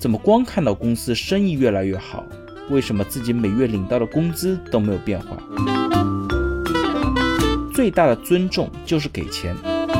怎么光看到公司生意越来越好，为什么自己每月领到的工资都没有变化？最大的尊重就是给钱。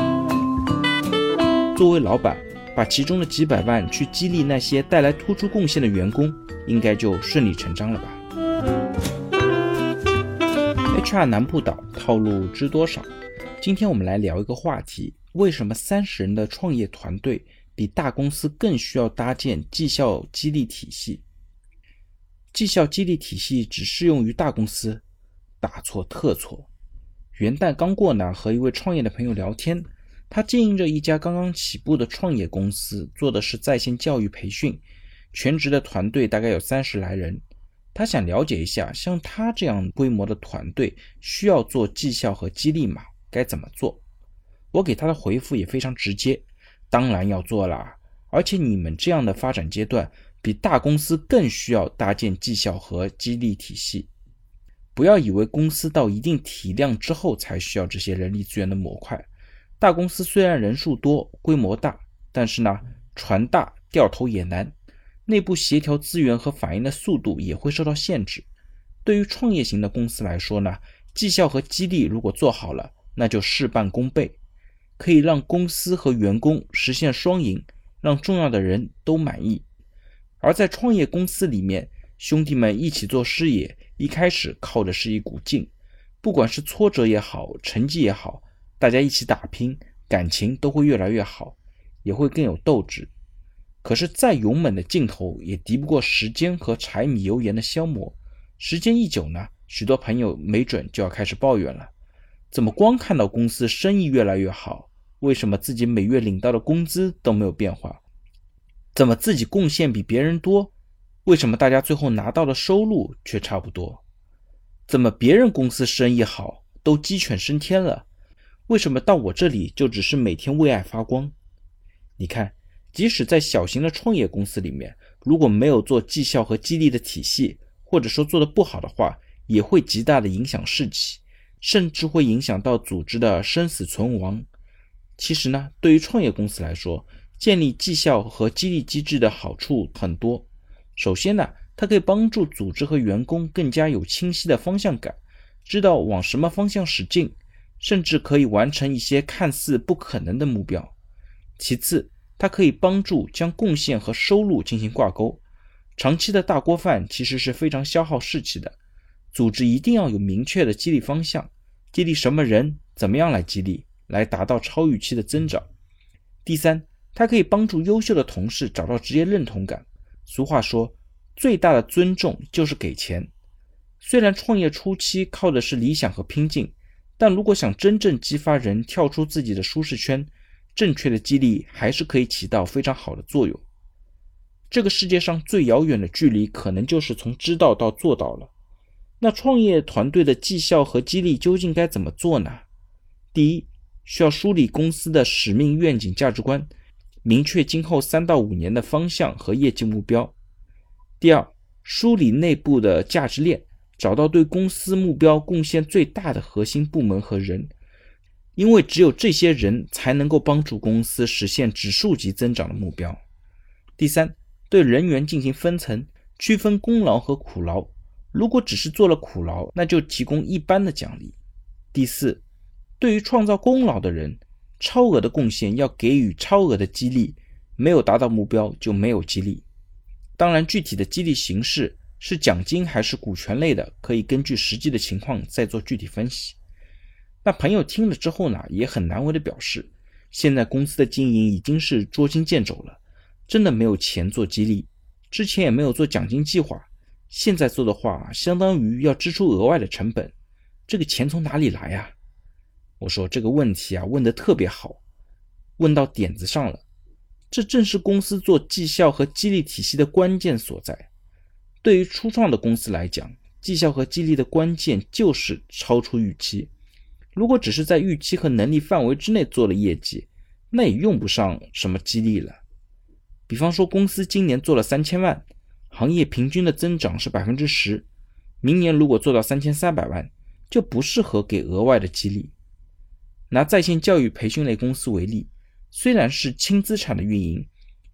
作为老板，把其中的几百万去激励那些带来突出贡献的员工，应该就顺理成章了吧。HR 难不倒，套路知多少？今天我们来聊一个话题，为什么30人的创业团队比大公司更需要搭建绩效激励体系？绩效激励体系只适用于大公司？大错特错。元旦刚过呢，和一位创业的朋友聊天，他经营着一家刚刚起步的创业公司，做的是在线教育培训，全职的团队大概有30来人。他想了解一下，像他这样规模的团队需要做绩效和激励吗？该怎么做？我给他的回复也非常直接，当然要做啦，而且你们这样的发展阶段，比大公司更需要搭建绩效和激励体系。不要以为公司到一定体量之后才需要这些人力资源的模块。大公司虽然人数多，规模大，但是呢，船大掉头也难，内部协调资源和反应的速度也会受到限制。对于创业型的公司来说呢，绩效和激励如果做好了，那就事半功倍，可以让公司和员工实现双赢，让重要的人都满意。而在创业公司里面，兄弟们一起做事业，一开始靠的是一股劲，不管是挫折也好，成绩也好，大家一起打拼，感情都会越来越好，也会更有斗志。可是再勇猛的劲头也敌不过时间和柴米油盐的消磨，时间一久呢，许多朋友没准就要开始抱怨了，怎么光看到公司生意越来越好，为什么自己每月领到的工资都没有变化？怎么自己贡献比别人多，为什么大家最后拿到的收入却差不多？怎么别人公司生意好，都鸡犬升天了，为什么到我这里就只是每天为爱发光？你看，即使在小型的创业公司里面，如果没有做绩效和激励的体系，或者说做得不好的话，也会极大的影响士气，甚至会影响到组织的生死存亡。其实呢，对于创业公司来说，建立绩效和激励机制的好处很多。首先呢，它可以帮助组织和员工更加有清晰的方向感，知道往什么方向使劲，甚至可以完成一些看似不可能的目标。其次，它可以帮助将贡献和收入进行挂钩。长期的大锅饭其实是非常消耗士气的，组织一定要有明确的激励方向，激励什么人，怎么样来激励，来达到超预期的增长。第三，它可以帮助优秀的同事找到职业认同感。俗话说，最大的尊重就是给钱。虽然创业初期靠的是理想和拼劲，但如果想真正激发人跳出自己的舒适圈，正确的激励还是可以起到非常好的作用。这个世界上最遥远的距离，可能就是从知道到做到了。那创业团队的绩效和激励究竟该怎么做呢？第一，需要梳理公司的使命、愿景、价值观，明确今后3到5年的方向和业绩目标。第二，梳理内部的价值链，找到对公司目标贡献最大的核心部门和人，因为只有这些人才能够帮助公司实现指数级增长的目标。第三，对人员进行分层，区分功劳和苦劳，如果只是做了苦劳，那就提供一般的奖励。第四，对于创造功劳的人，超额的贡献要给予超额的激励，没有达到目标就没有激励。当然，具体的激励形式是奖金还是股权类的，可以根据实际的情况再做具体分析。那朋友听了之后呢，也很难为的表示，现在公司的经营已经是捉襟见肘了，真的没有钱做激励，之前也没有做奖金计划，现在做的话，相当于要支出额外的成本，这个钱从哪里来啊？我说这个问题啊，问得特别好，问到点子上了。这正是公司做绩效和激励体系的关键所在。对于初创的公司来讲，绩效和激励的关键就是超出预期。如果只是在预期和能力范围之内做了业绩，那也用不上什么激励了。比方说公司今年做了3000万，行业平均的增长是 10%， 明年如果做到3300万，就不适合给额外的激励。拿在线教育培训类公司为例，虽然是轻资产的运营，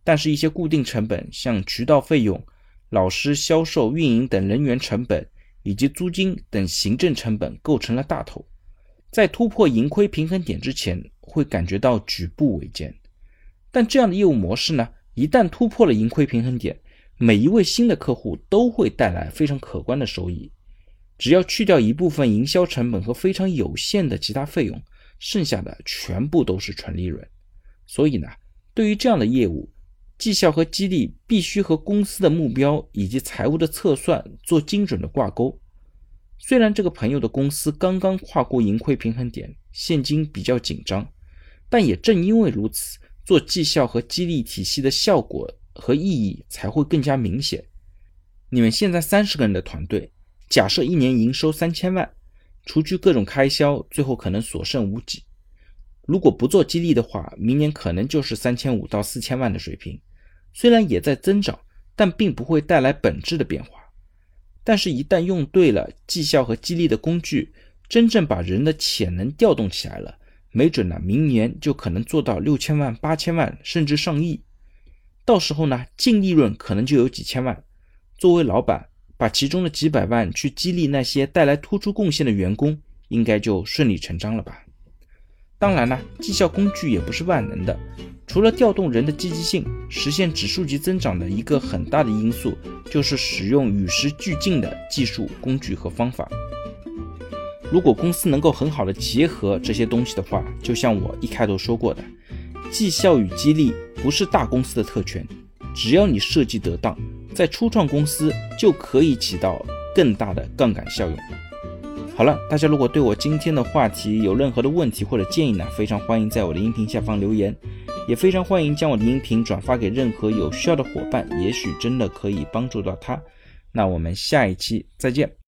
但是一些固定成本，像渠道费用、老师、销售、运营等人员成本以及租金等行政成本构成了大头。在突破盈亏平衡点之前，会感觉到举步维艰。但这样的业务模式呢，一旦突破了盈亏平衡点，每一位新的客户都会带来非常可观的收益。只要去掉一部分营销成本和非常有限的其他费用，剩下的全部都是纯利润。所以呢，对于这样的业务，绩效和激励必须和公司的目标以及财务的测算做精准的挂钩。虽然这个朋友的公司刚刚跨过盈亏平衡点，现金比较紧张，但也正因为如此，做绩效和激励体系的效果和意义才会更加明显。你们现在30个人的团队，假设一年营收3000万，除去各种开销，最后可能所剩无几。如果不做激励的话，明年可能就是3500到4000万的水平，虽然也在增长，但并不会带来本质的变化。但是一旦用对了绩效和激励的工具，真正把人的潜能调动起来了，没准呢，明年就可能做到6000万、8000万，甚至上亿。到时候呢，净利润可能就有几千万。作为老板，把其中的几百万去激励那些带来突出贡献的员工，应该就顺理成章了吧。当然了，绩效工具也不是万能的，除了调动人的积极性，实现指数级增长的一个很大的因素，就是使用与时俱进的技术、工具和方法。如果公司能够很好的结合这些东西的话，就像我一开头说过的，绩效与激励不是大公司的特权，只要你设计得当，在初创公司就可以起到更大的杠杆效用。好了，大家如果对我今天的话题有任何的问题或者建议呢，非常欢迎在我的音频下方留言，也非常欢迎将我的音频转发给任何有需要的伙伴，也许真的可以帮助到他。那我们下一期再见。